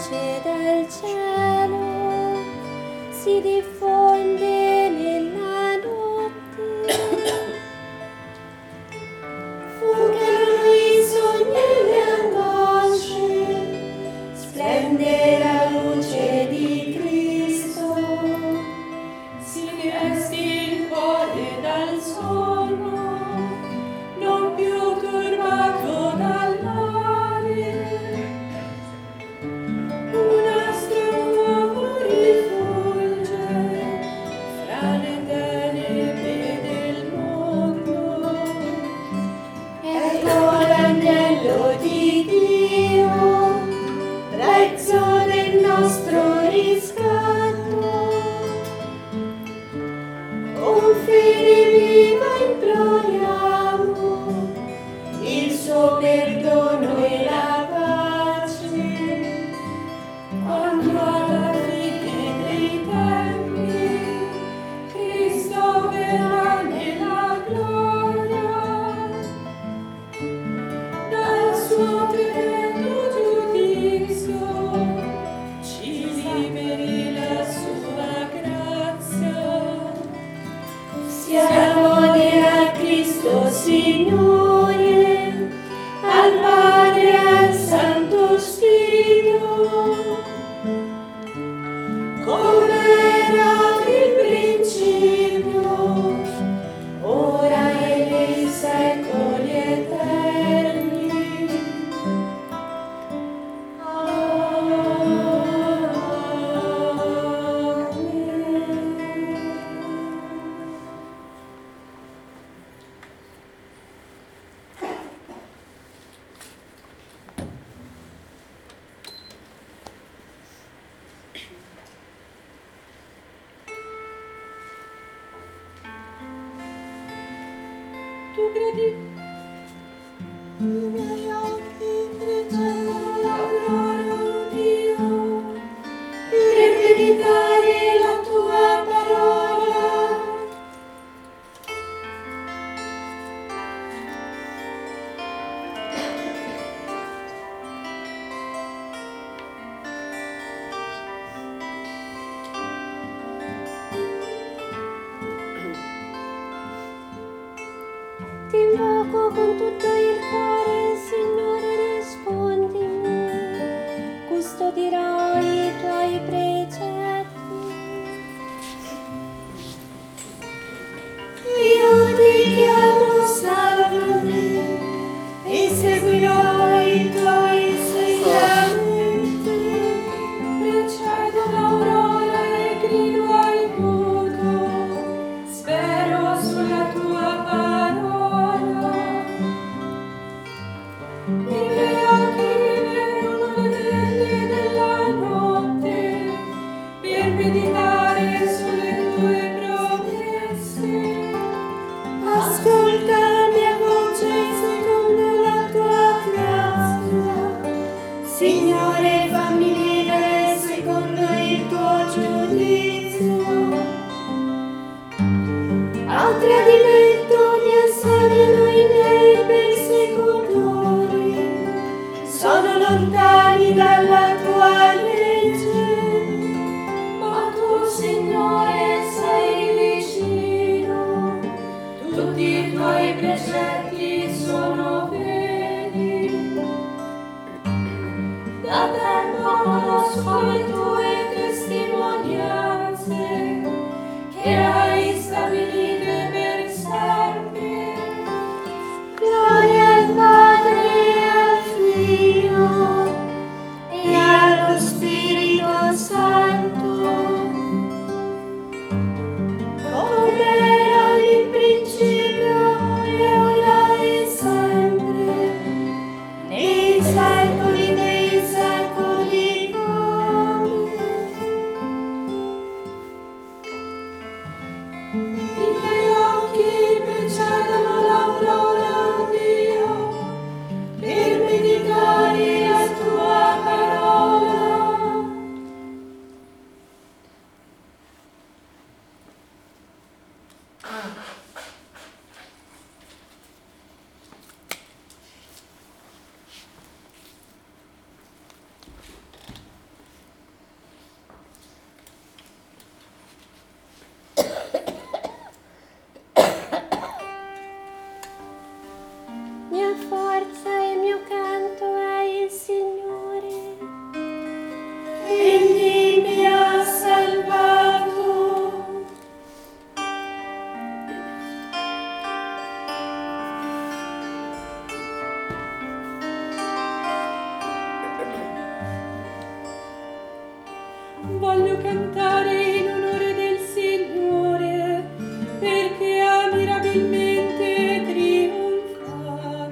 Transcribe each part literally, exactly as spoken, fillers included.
voce dal cielo si diffonde nella notte. Fuggono i sogni e le angosce, splende la luce di Cristo. Si resti il cuore dal sonno, non più turbato dal mare. Un astro nuovo rifulge fra le tenebre del mondo. Ecco l'agnello di Dio, prezzo del nostro riscatto. Con fede viva imploriamo il suo perdono e la pace. Quando alla fine dei tempi Cristo verrà nella gloria, dal suo tremendo giudizio ci liberi la sua grazia. Sia lode a Cristo Signore, al Padre e al Santo Spirito, come era nel principio, ora e nei secoli eterni. Amen. Tu credi? I miei occhi intrecciano la gloria di Dio, per meditare la tua parola. Ti invoco con tutto il cuore, Signore, rispondimi, custodirò i tuoi precetti. Io ti chiamo, salvami, e seguirò i tuoi insegnamenti. Precedo l'aurora e grido aiuto, spero sulla tua parola. I miei occhi vedono le vele della notte per meditare sulle tue promesse. Ascolta la mia voce secondo la tua grazia. Signore, fammi vivere secondo il tuo giudizio. Al tradimento mi assalgono i miei persecutori, sono lontani dalla tua legge. Ma tu, Signore, sei vicino, tutti i tuoi precetti sono veri. Da tempo conosco le tue testimonianze, che hai stabilite per sempre. Gloria al Padre e al Figlio e allo Spirito Santo, come era in principio e ora e sempre, nei secoli dei secoli. Amen. forza e il mio canto è il Signore. Egli mi ha salvato. Voglio cantare in onore del Signore, perché ha mirabilmente trionfato.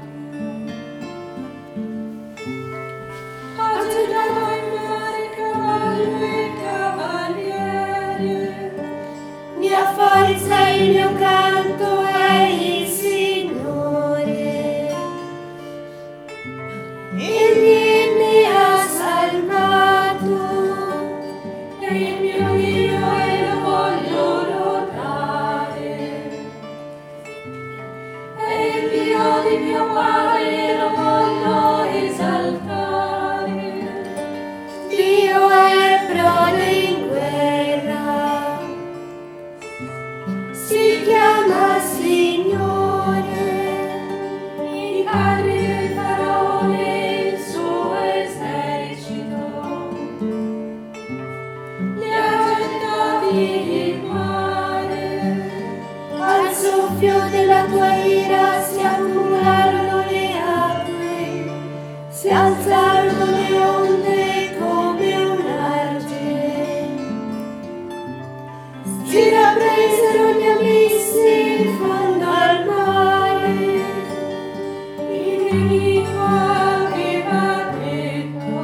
Ha gettato in mare cavallo e cavaliere. Mia forza e il mio canto è il Signore. Egli mi ha salvato. E il mio Dio e lo voglio lodare. E il Dio di mio Padre lo voglio esaltare. Dio è prode in guerra. Si chiama Signore. I carri del faraone e il suo esercito li ha gettati il mare. Al soffio della tua ira si accumularono le acque, si alzarono le onde come un argine. Si rappresero gli abissi in fondo al mare. Il nemico aveva detto: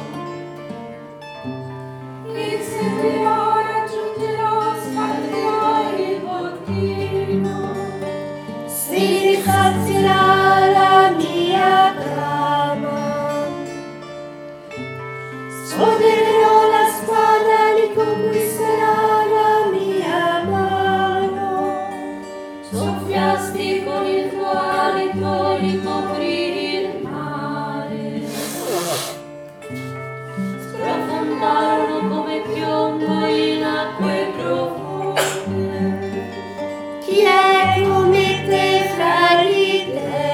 inseguirò, raggiungerò, sfalderò il bottino. Si risarcirà la mia brama. Sfodererò la spada, li conquisterà la mia mano. Soffiasti con il tuo alito, li coprì il mare. Sprofondarono come piombo in acque profonde. Chi è come te fra gli dei?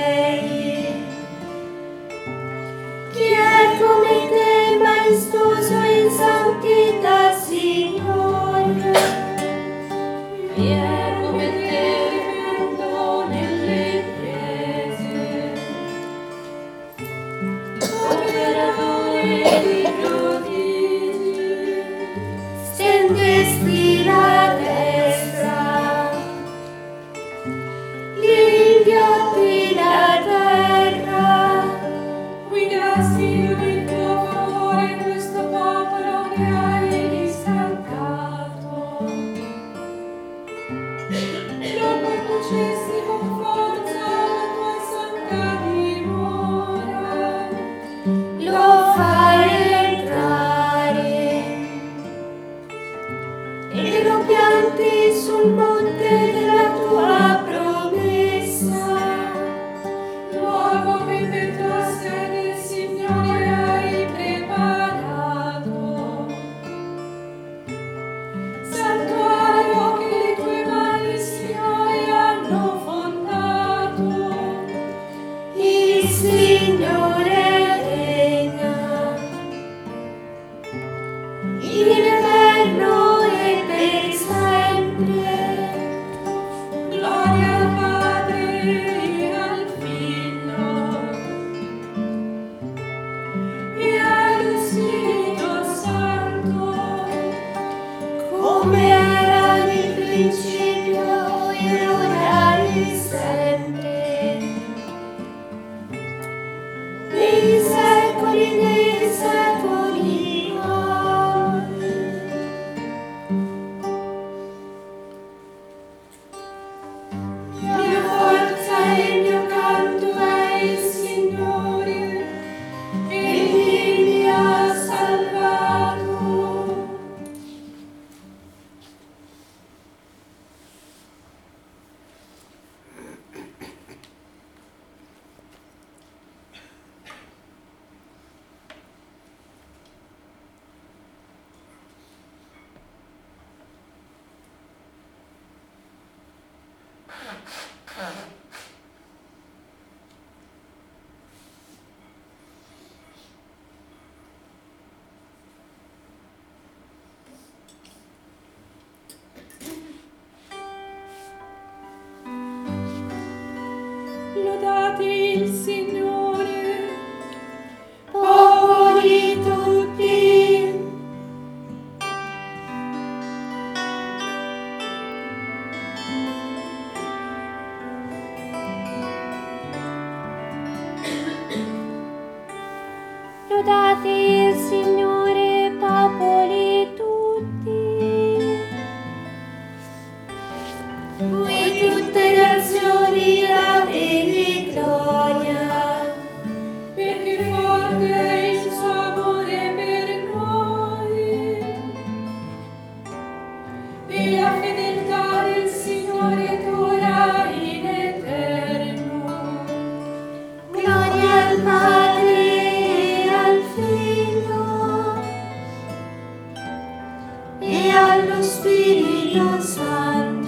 Lodate il Signore, popoli tutti. Lodate il Signore, popoli tutti. Voi tutte nazioni dategli gloria, perché forte è il suo amore per noi. E la fedeltà del Signore dura in eterno. gloria al Padre e al Figlio e allo Spirito Santo,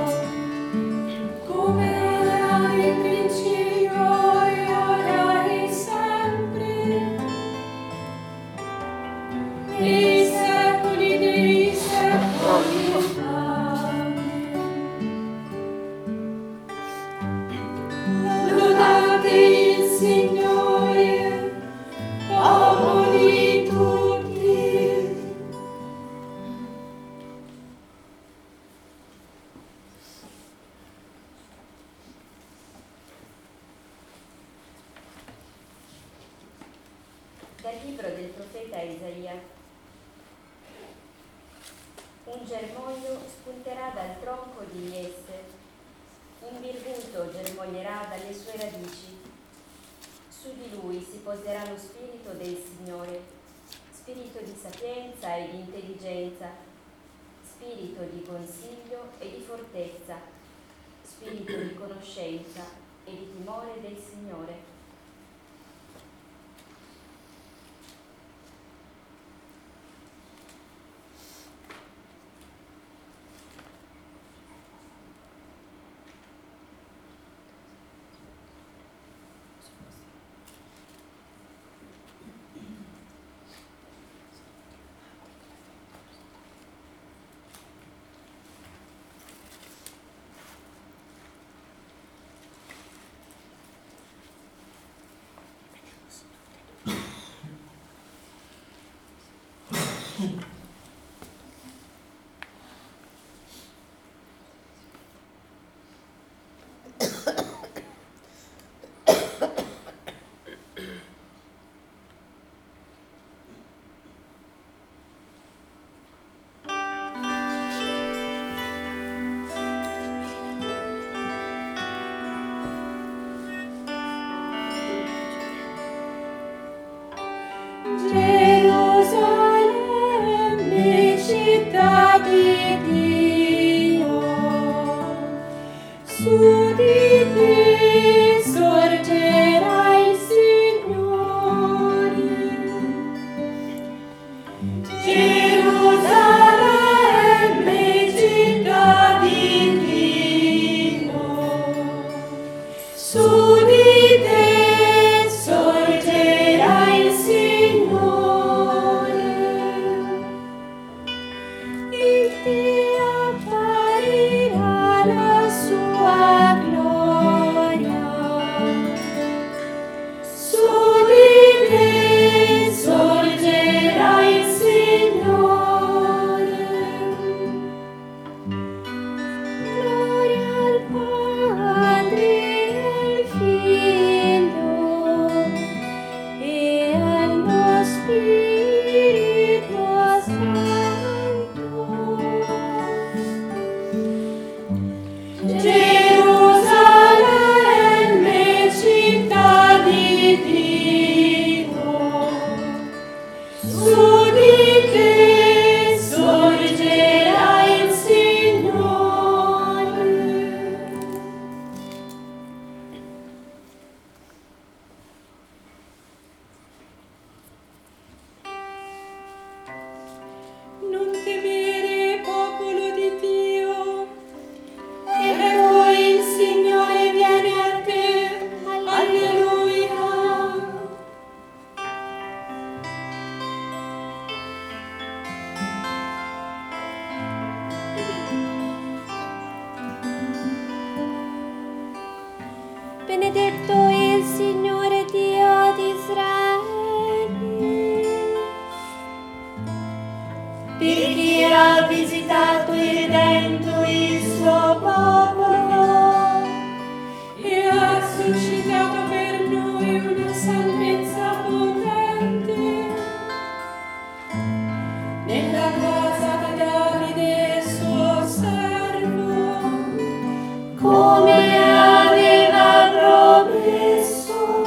Come era in principio e ora e sempre, nei secoli dei secoli. Amen. Lodate il Signore, popoli tutti. Dal libro del profeta Isaia. Un germoglio spunterà dal tronco di Jesse, un virguto germoglierà dalle sue radici. Su di lui si poserà lo spirito del Signore, spirito di sapienza e di intelligenza, spirito di consiglio e di fortezza, spirito di conoscenza e di timore del Signore. Gerusalemme, città di Dio, su di te sorgerà il Signore. Gerusalemme, città di Dio, su di te sorgerà il Signore. In te apparirà la sua gloria. Su di te sorgerà il Signore. Gloria al Padre e al Figlio benedetto il Signore Dio di Israele, perché ha visitato e redento il suo popolo e ha suscitato per noi una salvezza potente nella casa di Davide suo servo, come aveva promesso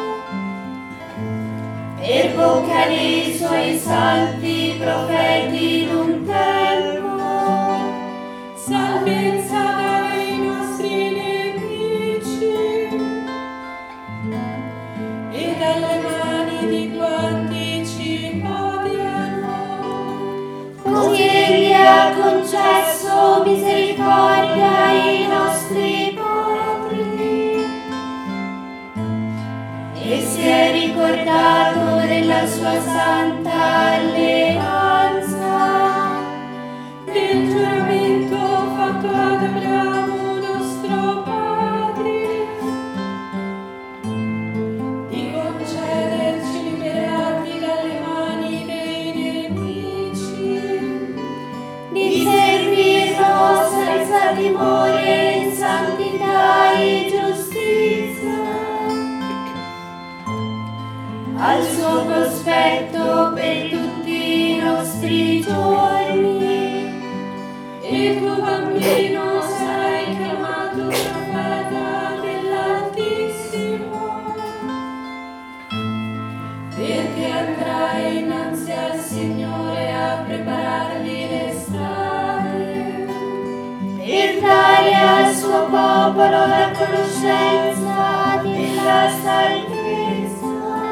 per bocca dei suoi santi profeti d'un tempo, salvezza dai nostri nemici e dalle mani di quanti ci odiano. così egli ha concesso misericordia ai nostri padri e si è ricordato della sua santa alleanza, Del giuramento fatto ad Abramo nostro padre, di concederci liberati dalle mani dei nemici, di servirlo senza timore in santità e giustizia, al suo cospetto per tutti i nostri giorni. e tuo bambino sarai chiamato profeta dell'Altissimo, perché andrai innanzi al Signore a preparargli le strade, Per dare al suo popolo la conoscenza della salvezza,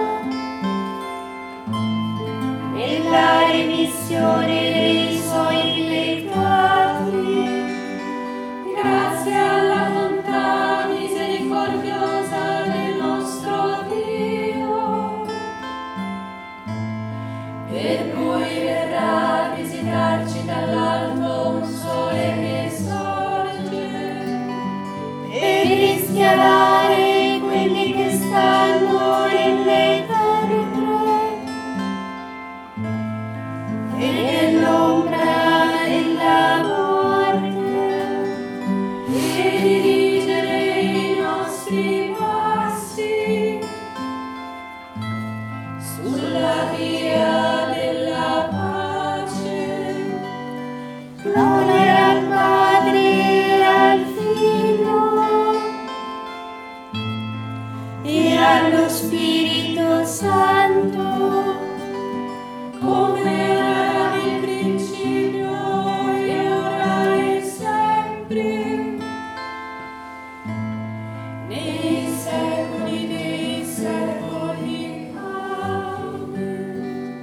nella remissione dei suoi peccati, grazie alla bontà misericordiosa del nostro Dio, per cui verrà a visitarci dall'alto un sole che sorge, per rischiarare quelli che stanno nelle tenebre e nell'ombra della morte, e dirigere i nostri passi sulla via della pace. gloria al Padre e al Figlio e allo Spirito Santo, Come era nel principio e ora e sempre, nei secoli dei secoli. Amen.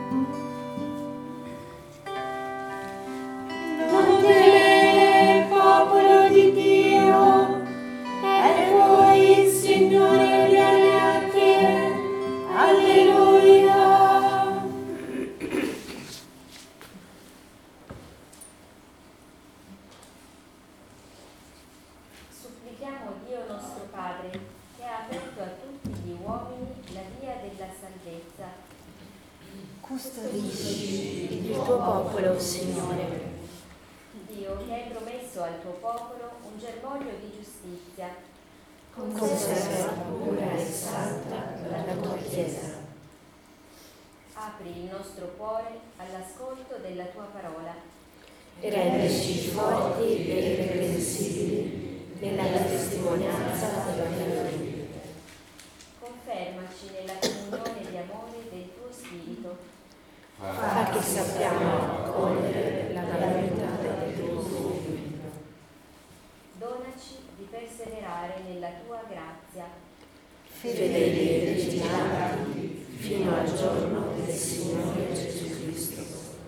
non temere, popolo di Dio, ecco il Signore viene a te. Alleluia. Supplichiamo Dio nostro Padre, che ha aperto a tutti gli uomini la via della salvezza. Custodisci il tuo popolo, Signore. Dio, che hai promesso al tuo popolo un germoglio di giustizia, Conserva pura e santa la tua Chiesa. apri il nostro cuore all'ascolto della tua parola. E rendici forti e irreprensibili nella testimonianza della tua vita. Confermaci nella comunione di amore del tuo Spirito. Fa che sappiamo accogliere la verità del tuo Figlio. Donaci di perseverare nella tua grazia. Fedeli e vigilanti fino al giorno del Signore Gesù Cristo.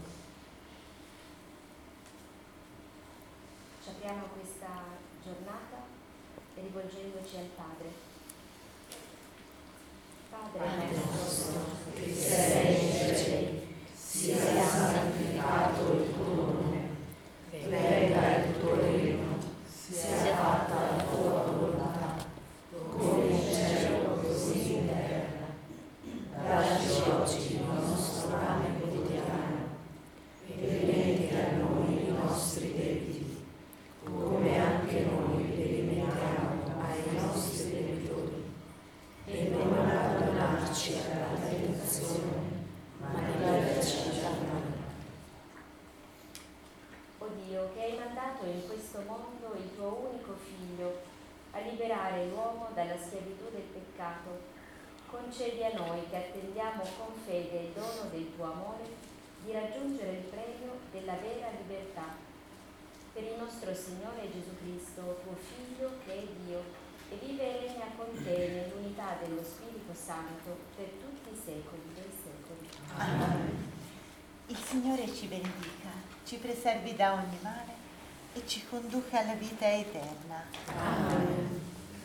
Ci apriamo a questa giornata rivolgendoci al Padre. Padre nostro, Che sei nei cieli, sia santificato il tuo nome, venga il tuo regno, sia fatta la tua volontà, come in dalla schiavitù del peccato, concedi a noi che attendiamo con fede il dono del tuo amore di raggiungere il premio della vera libertà. Per il nostro Signore Gesù Cristo, tuo Figlio, che è Dio, e vive e regna con te nell'unità dello Spirito Santo per tutti i secoli dei secoli. Amen. Il Signore ci benedica, ci preservi da ogni male e ci conduca alla vita eterna. Amen.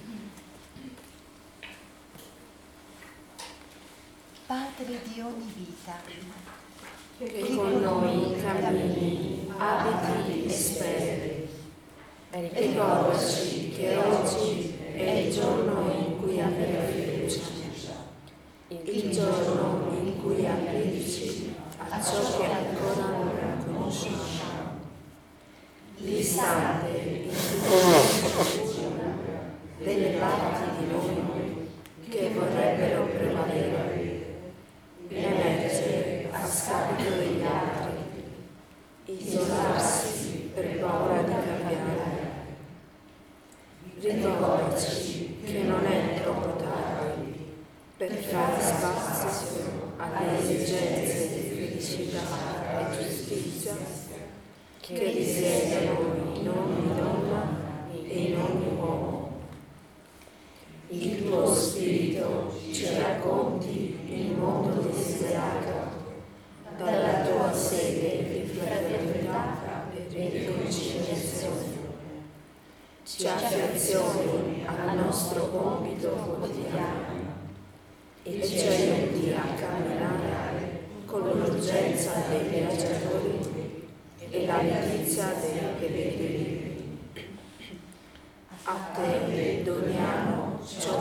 Padre di ogni vita, che con noi cammini, abiti e speri, ricordaci che oggi è il giorno in cui avrai fiducia, il giorno in cui aprirci a ciò che ancora non conosciamo, l'istante in cui delle parti di noi che vorrebbero prevalere, emergere a scapito degli altri, isolarsi per paura di cambiare. Ricordaci che non è troppo tardi per fare spazio alle esigenze di felicità e giustizia che risiedono in ogni donna e in ogni uomo. Il tuo spirito ci racconti il mondo desiderato dalla tua sede di fraternità e riconciliazione. Ci affezioni al nostro compito quotidiano e ci aiuti a camminare con l'urgenza dei viaggiatori e la letizia dei pellegrini. A te doniamo ciò